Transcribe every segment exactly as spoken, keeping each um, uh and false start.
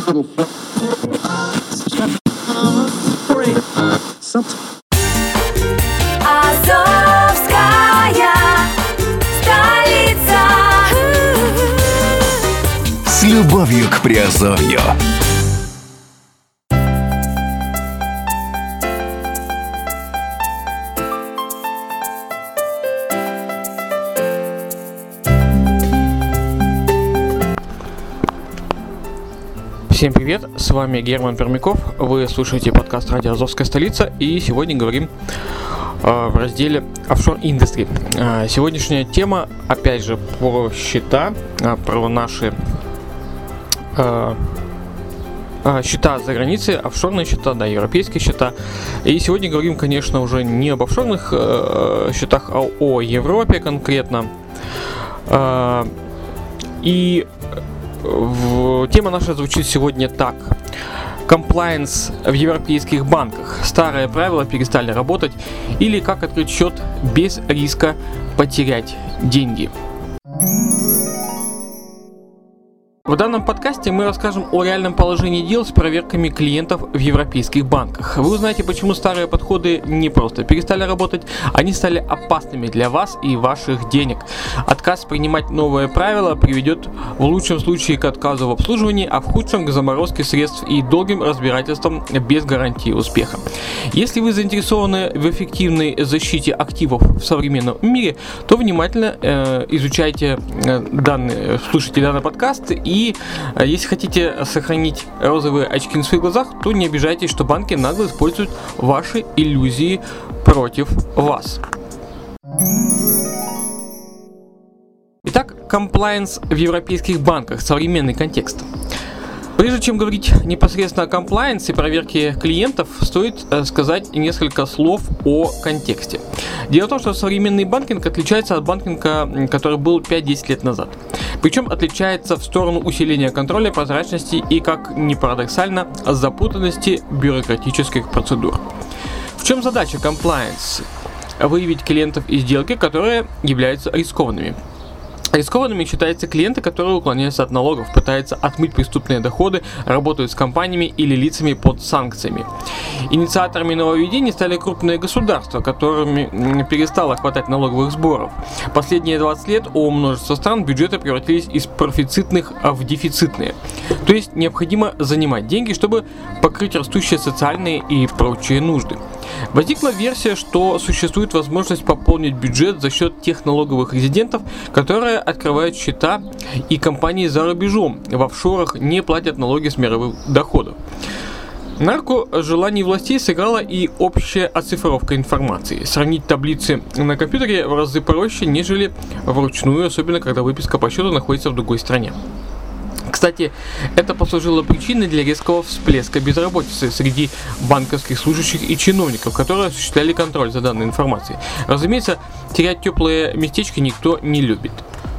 столица. С любовью к Приазовью. Всем привет, с вами Герман Пермяков, вы слушаете подкаст «Радио Азовская столица», и сегодня говорим э, в разделе Offshore Industry. Э, сегодняшняя тема, опять же, про счета, э, про наши э, э, счета за границей, офшорные счета, да, европейские счета. И сегодня говорим, конечно, уже не об офшорных э, счетах, а о Европе конкретно. Э, и В... Тема наша звучит сегодня так. Комплайенс в европейских банках. Старые правила перестали работать. Или как открыть счет без риска потерять деньги. В данном подкасте мы расскажем о реальном положении дел с проверками клиентов в европейских банках. Вы узнаете, почему старые подходы не просто перестали работать, они стали опасными для вас и ваших денег. Отказ принимать новые правила приведет в лучшем случае к отказу в обслуживании, а в худшем к заморозке средств и долгим разбирательствам без гарантии успеха. Если вы заинтересованы в эффективной защите активов в современном мире, то внимательно э, изучайте э, данный, слушайте данный подкаст. И И если хотите сохранить розовые очки на своих глазах, то не обижайтесь, что банки нагло используют ваши иллюзии против вас. Итак, комплайенс в европейских банках. Современный контекст. Прежде чем говорить непосредственно о комплайенсе и проверке клиентов, стоит сказать несколько слов о контексте. Дело в том, что современный банкинг отличается от банкинга, который был пять-десять лет назад. Причем отличается в сторону усиления контроля, прозрачности и, как ни парадоксально, запутанности бюрократических процедур. В чем задача комплайенс? Выявить клиентов из сделки, которые являются рискованными. Рискованными считаются клиенты, которые уклоняются от налогов, пытаются отмыть преступные доходы, работают с компаниями или лицами под санкциями. Инициаторами нововведений стали крупные государства, которым перестало хватать налоговых сборов. Последние двадцать лет у множества стран бюджеты превратились из профицитных в дефицитные. То есть необходимо занимать деньги, чтобы покрыть растущие социальные и прочие нужды. Возникла версия, что существует возможность пополнить бюджет за счет тех налоговых резидентов, которые открывают счета, и компании за рубежом в офшорах не платят налоги с мировых доходов. На руку желаний властей сыграла и общая оцифровка информации. Сравнить таблицы на компьютере в разы проще, нежели вручную, особенно когда выписка по счету находится в другой стране. Кстати, это послужило причиной для резкого всплеска безработицы среди банковских служащих и чиновников, которые осуществляли контроль за данной информацией. Разумеется, терять теплые местечки никто не любит.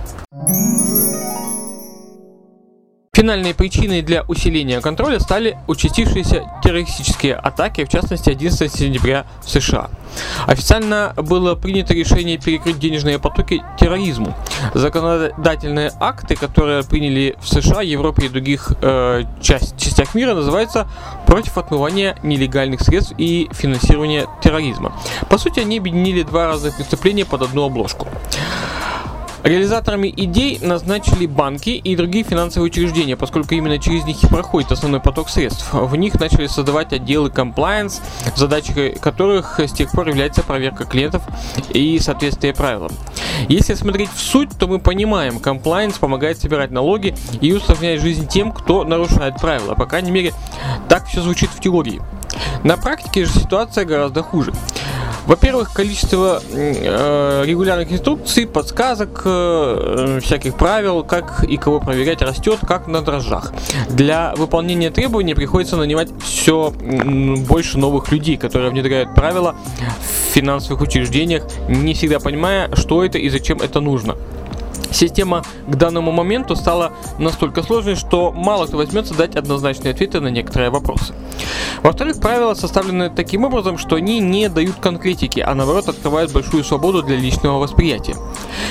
Финальной причиной для усиления контроля стали участившиеся террористические атаки, в частности одиннадцатого сентября в США. Официально было принято решение перекрыть денежные потоки терроризму. Законодательные акты, которые приняли в США, Европе и других э, часть, частях мира, называются «Против отмывания нелегальных средств и финансирования терроризма». По сути, они объединили два разных преступления под одну обложку. Реализаторами идей назначили банки и другие финансовые учреждения, поскольку именно через них и проходит основной поток средств. В них начали создавать отделы compliance, задачей которых с тех пор является проверка клиентов и соответствие правилам. Если смотреть в суть, то мы понимаем, compliance помогает собирать налоги и усложнять жизнь тем, кто нарушает правила. По крайней мере, так все звучит в теории. На практике же ситуация гораздо хуже. Во-первых, количество э, регулярных инструкций, подсказок, э, всяких правил, как и кого проверять, растет как на дрожжах. Для выполнения требований приходится нанимать все больше новых людей, которые внедряют правила в финансовых учреждениях, не всегда понимая, что это и зачем это нужно. Система к данному моменту стала настолько сложной, что мало кто возьмется дать однозначные ответы на некоторые вопросы. Во-вторых, правила составлены таким образом, что они не дают конкретики, а наоборот открывают большую свободу для личного восприятия.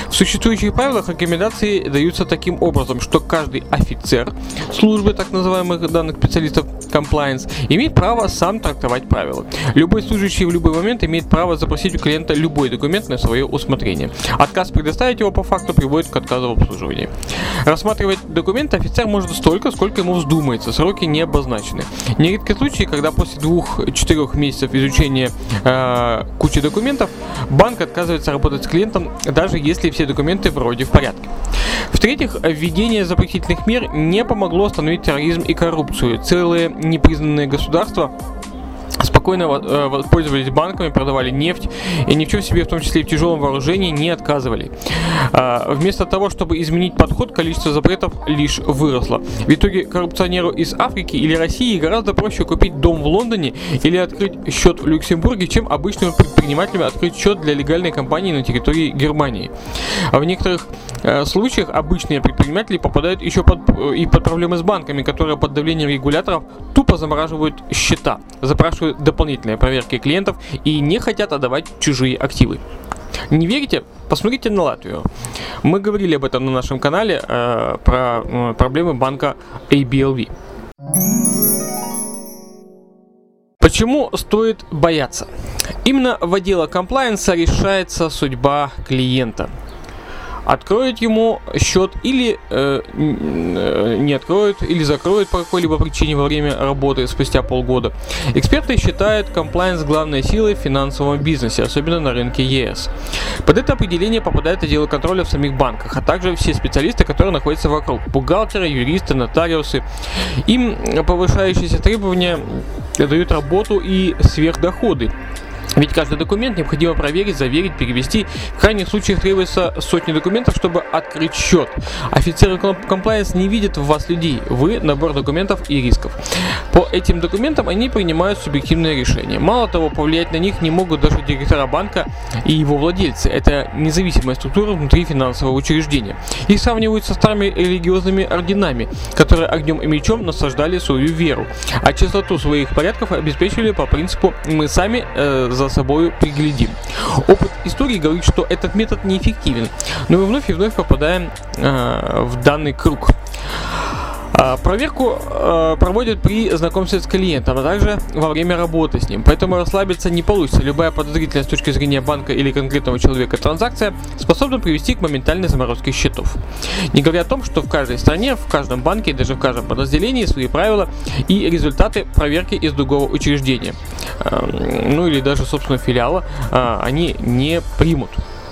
В существующих правилах рекомендации даются таким образом, что каждый офицер службы так называемых данных специалистов compliance имеет право сам трактовать правила. Любой служащий в любой момент имеет право запросить у клиента любой документ на свое усмотрение. Отказ предоставить его по факту приводит к отказу в обслуживании. Рассматривать документы офицер может столько, сколько ему вздумается, сроки не обозначены. Нередки случаи, когда после двух-четырех месяцев изучения э, кучи документов банк отказывается работать с клиентом, даже если все документы вроде в порядке. В-третьих, введение запретительных мер не помогло остановить терроризм и коррупцию. Целые непризнанные государства спокойно э, пользовались банками, продавали нефть и ни в чем себе, в том числе и в тяжелом вооружении, не отказывали. Э, вместо того, чтобы изменить подход, количество запретов лишь выросло. В итоге коррупционеру из Африки или России гораздо проще купить дом в Лондоне или открыть счет в Люксембурге, чем обычному предпринимателю открыть счет для легальной компании на территории Германии. А в некоторых э, случаях обычные предприниматели попадают еще под, э, и под проблемы с банками, которые под давлением регуляторов тупо замораживают счета, запрашивают дополнительные проверки клиентов и не хотят отдавать чужие активы. Не верите? Посмотрите на Латвию. Мы говорили об этом на нашем канале э, про э, проблемы банка эй би эл ви. Почему стоит бояться? Именно в отделе комплайенса решается судьба клиента. Откроют ему счет или э, не откроют, или закроют по какой-либо причине во время работы спустя полгода. Эксперты считают комплайенс главной силой в финансовом бизнесе, особенно на рынке е эс. Под это определение попадают отделы контроля в самих банках, а также все специалисты, которые находятся вокруг. Бухгалтеры, юристы, нотариусы. Им повышающиеся требования дают работу и сверхдоходы. Ведь каждый документ необходимо проверить, заверить, перевести. В крайних случаях требуется сотни документов, чтобы открыть счет. Офицеры комплайенс не видят в вас людей. Вы набор документов и рисков. По этим документам они принимают субъективные решения. Мало того, повлиять на них не могут даже директора банка и его владельцы. Это независимая структура внутри финансового учреждения. Их сравнивают со старыми религиозными орденами, которые огнем и мечом насаждали свою веру, а чистоту своих порядков обеспечивали по принципу «мы сами э, за собой приглядим». Опыт истории говорит, что этот метод неэффективен, но мы вновь и вновь попадаем э, в данный круг. А, проверку э, проводят при знакомстве с клиентом, а также во время работы с ним, поэтому расслабиться не получится. Любая подозрительная с точки зрения банка или конкретного человека транзакция способна привести к моментальной заморозке счетов. Не говоря о том, что в каждой стране, в каждом банке и даже в каждом подразделении свои правила и результаты проверки из другого учреждения, э, ну или даже собственного филиала, э, они не примут.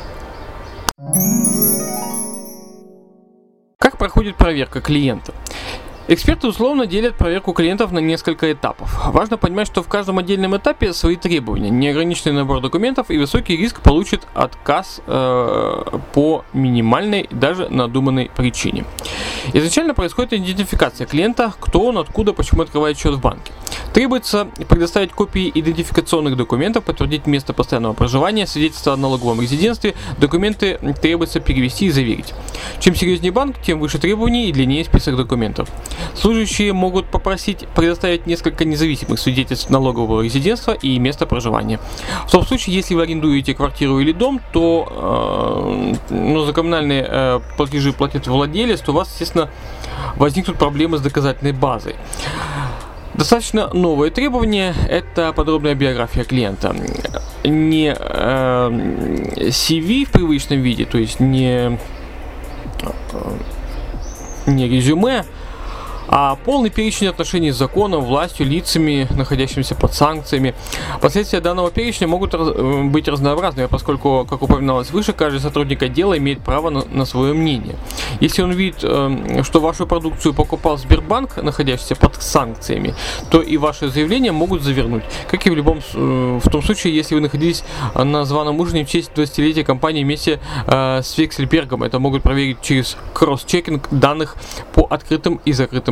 Как проходит проверка клиента? Эксперты условно делят проверку клиентов на несколько этапов. Важно понимать, что в каждом отдельном этапе свои требования. Неограниченный набор документов и высокий риск получит отказ э, по минимальной, даже надуманной причине. Изначально происходит идентификация клиента, кто он, откуда, почему открывает счет в банке. Требуется предоставить копии идентификационных документов, подтвердить место постоянного проживания, свидетельство о налоговом резидентстве, документы требуется перевести и заверить. Чем серьезнее банк, тем выше требования и длиннее список документов. Служащие могут попросить предоставить несколько независимых свидетельств налогового резидентства и места проживания. В том случае, если вы арендуете квартиру или дом, то э, ну, за коммунальные э, платежи платит владелец, то у вас, естественно, возникнут проблемы с доказательной базой. Достаточно новое требование – это подробная биография клиента. Не э, си ви в привычном виде, то есть не, э, не резюме, а полный перечень отношений с законом, властью, лицами, находящимися под санкциями. Последствия данного перечня могут раз, быть разнообразными, поскольку, как упоминалось выше, каждый сотрудник отдела имеет право на, на свое мнение. Если он видит, э, что вашу продукцию покупал Сбербанк, находящийся под санкциями, то и ваши заявления могут завернуть. Как и в любом э, в том случае, если вы находились на званом ужине в честь двадцатилетия компании вместе э, с Вексельбергом. Это могут проверить через кросс-чекинг данных по открытым и закрытым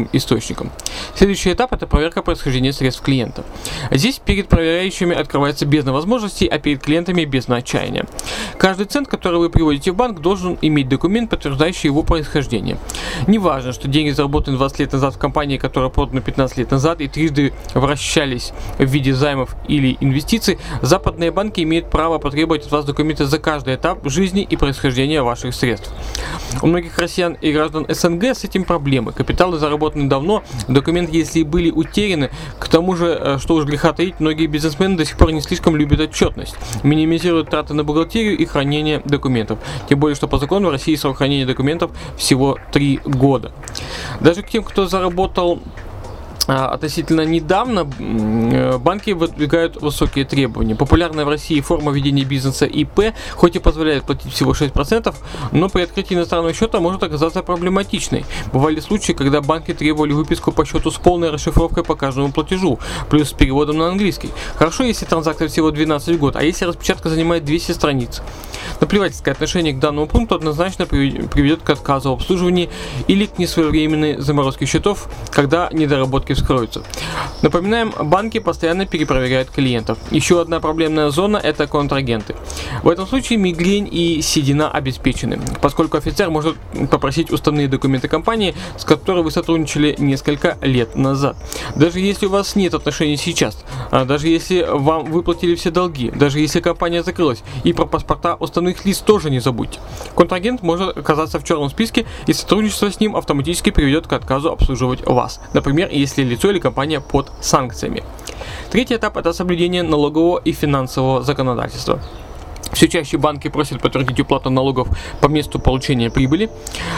источникам. Следующий этап – это проверка происхождения средств клиента. Здесь перед проверяющими открывается бездна возможностей, а перед клиентами бездна отчаяния. Каждый цент, который вы приводите в банк, должен иметь документ, подтверждающий его происхождение. Неважно, что деньги заработаны двадцать лет назад в компании, которая продана пятнадцать лет назад и трижды вращались в виде займов или инвестиций, западные банки имеют право потребовать от вас документы за каждый этап жизни и происхождения ваших средств. У многих россиян и граждан СНГ с этим проблемы. Капиталы заработаны давно, документы, если и были утеряны, к тому же, что уж греха таить, многие бизнесмены до сих пор не слишком любят отчетность, минимизируют траты на бухгалтерию и хранение документов. Тем более, что по закону в России срок хранения документов всего три года. Даже к тем, кто заработал относительно недавно, банки выдвигают высокие требования. Популярная в России форма ведения бизнеса ИП, хоть и позволяет платить всего шесть процентов, но при открытии иностранного счета может оказаться проблематичной. Бывали случаи, когда банки требовали выписку по счету с полной расшифровкой по каждому платежу, плюс с переводом на английский. Хорошо, если транзакция всего двенадцать в год, а если распечатка занимает двести страниц. Наплевательское отношение к данному пункту однозначно приведет к отказу в обслуживании или к несвоевременной заморозке счетов, когда недоработки вскроются. Напоминаем, банки постоянно перепроверяют клиентов. Еще одна проблемная зона – это контрагенты. В этом случае мигрень и седина обеспечены, поскольку офицер может попросить уставные документы компании, с которой вы сотрудничали несколько лет назад. Даже если у вас нет отношений сейчас, даже если вам выплатили все долги, даже если компания закрылась, и про паспорта уставных лиц тоже не забудьте. Контрагент может оказаться в черном списке, и сотрудничество с ним автоматически приведет к отказу обслуживать вас. Например, если лицо или компания под санкциями. Третий этап – это соблюдение налогового и финансового законодательства. Все чаще банки просят подтвердить уплату налогов по месту получения прибыли.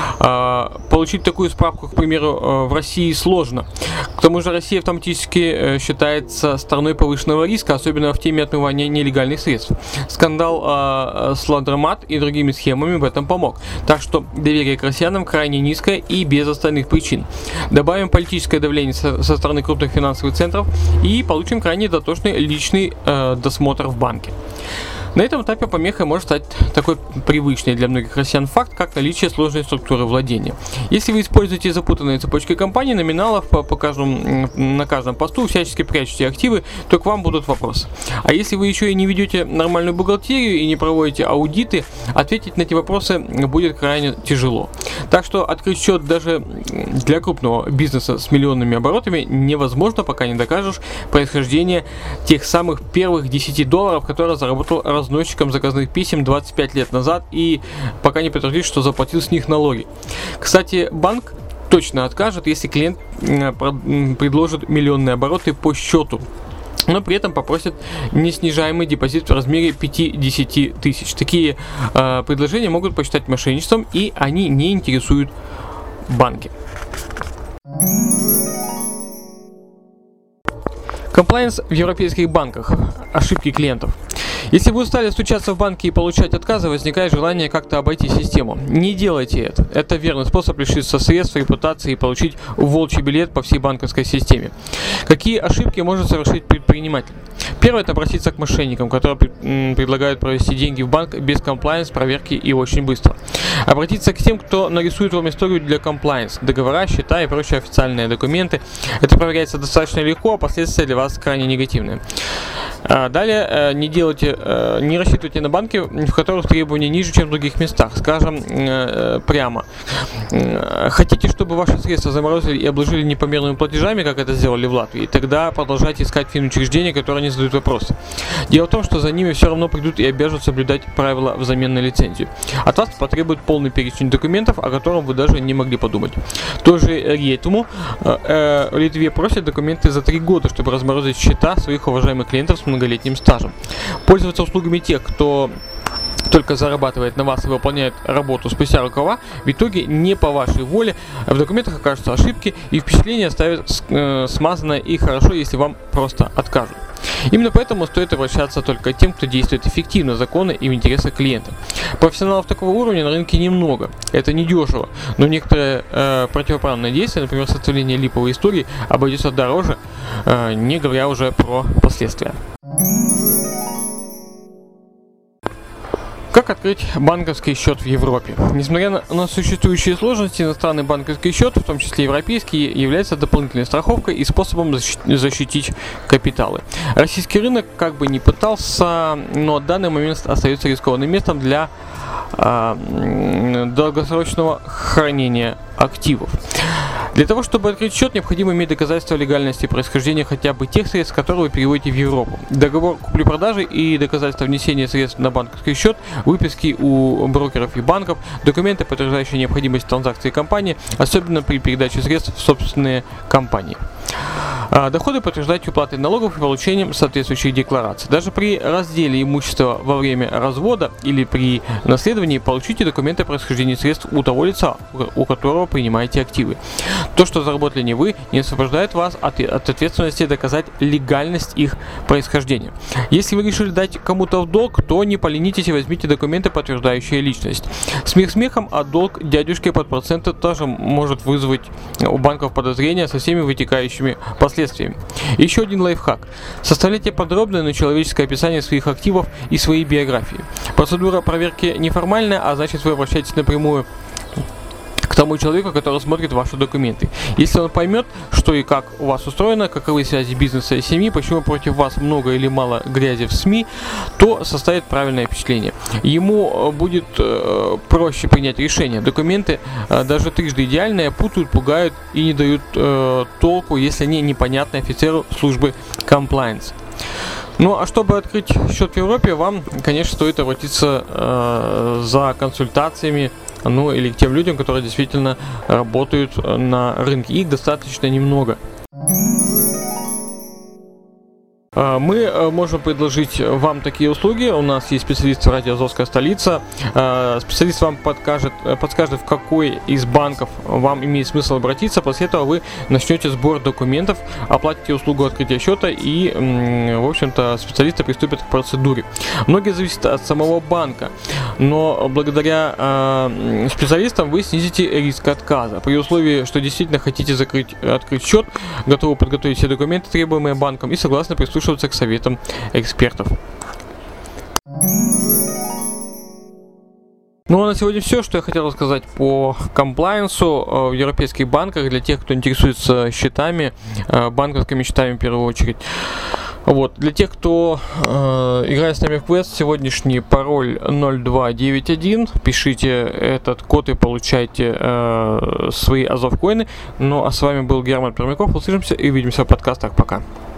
Получить такую справку, к примеру, в России сложно. К тому же Россия автоматически считается страной повышенного риска, особенно в теме отмывания нелегальных средств. Скандал с Ладромат и другими схемами в этом помог. Так что доверие к россиянам крайне низкое и без остальных причин. Добавим политическое давление со, со стороны крупных финансовых центров и получим крайне дотошный личный э, досмотр в банке. На этом этапе помехой может стать такой привычный для многих россиян факт, как наличие сложной структуры владения. Если вы используете запутанные цепочки компаний, номиналов по, по каждому, на каждом посту, всячески прячете активы, то к вам будут вопросы. А если вы еще и не ведете нормальную бухгалтерию и не проводите аудиты, ответить на эти вопросы будет крайне тяжело. Так что открыть счет даже для крупного бизнеса с миллионными оборотами невозможно, пока не докажешь происхождение тех самых первых десяти долларов, которые заработал разносчиком заказных писем двадцать пять лет назад, и пока не подтвердит, что заплатил с них налоги. Кстати, банк точно откажет, если клиент предложит миллионные обороты по счету, но при этом попросят неснижаемый депозит в размере пяти-десяти тысяч. Такие э, предложения могут посчитать мошенничеством, и они не интересуют банки. Комплайенс в европейских банках. Ошибки клиентов. Если вы устали стучаться в банки и получать отказы, возникает желание как-то обойти систему. Не делайте это. Это верный способ лишиться средств, репутации и получить волчий билет по всей банковской системе. Какие ошибки может совершить предприниматель? Первое – это обратиться к мошенникам, которые предлагают провести деньги в банк без комплайенс, проверки и очень быстро. Обратиться к тем, кто нарисует вам историю для комплайенс, договора, счета и прочие официальные документы. Это проверяется достаточно легко, а последствия для вас крайне негативные. Далее, не делайте, не рассчитывайте на банки, в которых требования ниже, чем в других местах. Скажем прямо. Хотите, чтобы ваши средства заморозили и обложили непомерными платежами, как это сделали в Латвии, тогда продолжайте искать финучреждения, которые не задают вопросы. Дело в том, что за ними все равно придут и обяжут соблюдать правила взамен на лицензию. От вас потребуют полный перечень документов, о котором вы даже не могли подумать. Тоже Ритму э, в Литве просят документы за три года, чтобы разморозить счета своих уважаемых клиентов с многолетним стажем. Пользоваться услугами тех, кто только зарабатывает на вас и выполняет работу спустя рукава, в итоге не по вашей воле, в документах окажутся ошибки и впечатление оставит э, смазанное, и хорошо, если вам просто откажут. Именно поэтому стоит обращаться только к тем, кто действует эффективно, законно и в интересах клиента. Профессионалов такого уровня на рынке немного. Это недешево, но некоторые э, противоправные действия, например, составление липовой истории, обойдется дороже, э, не говоря уже про последствия. Как открыть банковский счет в Европе? Несмотря на, на существующие сложности, иностранный банковский счет, в том числе европейский, является дополнительной страховкой и способом защитить, защитить капиталы. Российский рынок как бы не пытался, но в данный момент остается рискованным местом для э, долгосрочного хранения активов. Для того, чтобы открыть счет, необходимо иметь доказательства легальности происхождения хотя бы тех средств, которые вы переводите в Европу. Договор купли-продажи и доказательства внесения средств на банковский счет, выписки у брокеров и банков, документы, подтверждающие необходимость транзакции компании, особенно при передаче средств в собственные компании. Доходы подтверждать уплатой налогов и получением соответствующих деклараций. Даже при разделе имущества во время развода или при наследовании получите документы о происхождении средств у того лица, у которого принимаете активы. То, что заработали не вы, не освобождает вас от, от ответственности доказать легальность их происхождения. Если вы решили дать кому-то в долг, то не поленитесь и возьмите документы, подтверждающие личность. Смех смехом, а долг дядюшки под проценты тоже может вызвать у банков подозрения со всеми вытекающими последствиями. Еще один лайфхак. Составляйте подробное, но человеческое описание своих активов и своей биографии. Процедура проверки неформальная, а значит вы обращаетесь напрямую к тому человеку, который смотрит ваши документы. Если он поймет, что и как у вас устроено, каковы связи бизнеса и семьи, почему против вас много или мало грязи в СМИ, то составит правильное впечатление. Ему будет э, проще принять решение. Документы, э, даже трижды идеальные, путают, пугают и не дают э, толку, если они непонятны офицеру службы compliance. Ну, а чтобы открыть счет в Европе, вам, конечно, стоит обратиться э, за консультациями, ну, или к тем людям, которые действительно работают на рынке. Их достаточно немного. Мы можем предложить вам такие услуги. У нас есть специалист в радио «Азовская столица». Специалист вам подкажет, подскажет, в какой из банков вам имеет смысл обратиться. После этого вы начнете сбор документов, оплатите услугу открытия счета и, в общем-то, специалисты приступят к процедуре. Многие зависит от самого банка, но благодаря специалистам вы снизите риск отказа. При условии, что действительно хотите закрыть, открыть счет, готовы подготовить все документы, требуемые банком, и согласны прислушиваться к советам экспертов. Ну а на сегодня все, что я хотел рассказать по комплайенсу в европейских банках для тех, кто интересуется счетами, банковскими счетами в первую очередь. Вот. Для тех, кто э, играет с нами в квест, сегодняшний пароль ноль два девять один. Пишите этот код и получайте э, свои Азов коины. Ну а с вами был Герман Пермяков. Услышимся и увидимся в подкастах. Пока.